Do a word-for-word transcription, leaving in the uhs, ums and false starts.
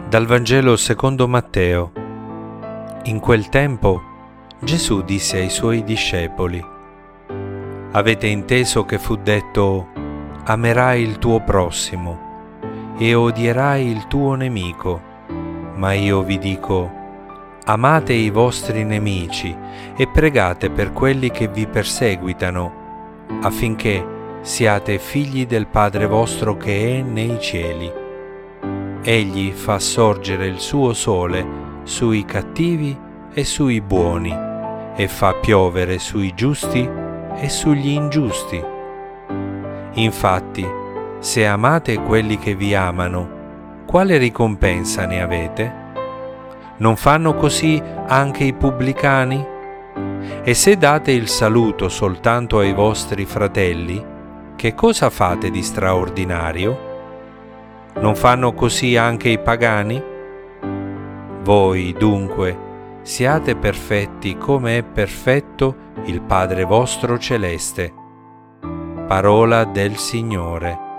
Dal Vangelo secondo Matteo. In quel tempo Gesù disse ai suoi discepoli: Avete inteso che fu detto: amerai il tuo prossimo e odierai il tuo nemico. Ma io vi dico: amate i vostri nemici e pregate per quelli che vi perseguitano, affinché siate figli del Padre vostro che è nei cieli. Egli fa sorgere il suo sole sui cattivi e sui buoni, e fa piovere sui giusti e sugli ingiusti. Infatti, se amate quelli che vi amano, quale ricompensa ne avete? Non fanno così anche i pubblicani? E se date il saluto soltanto ai vostri fratelli, che cosa fate di straordinario? Non fanno così anche i pagani? Voi, dunque, siate perfetti come è perfetto il Padre vostro celeste. Parola del Signore.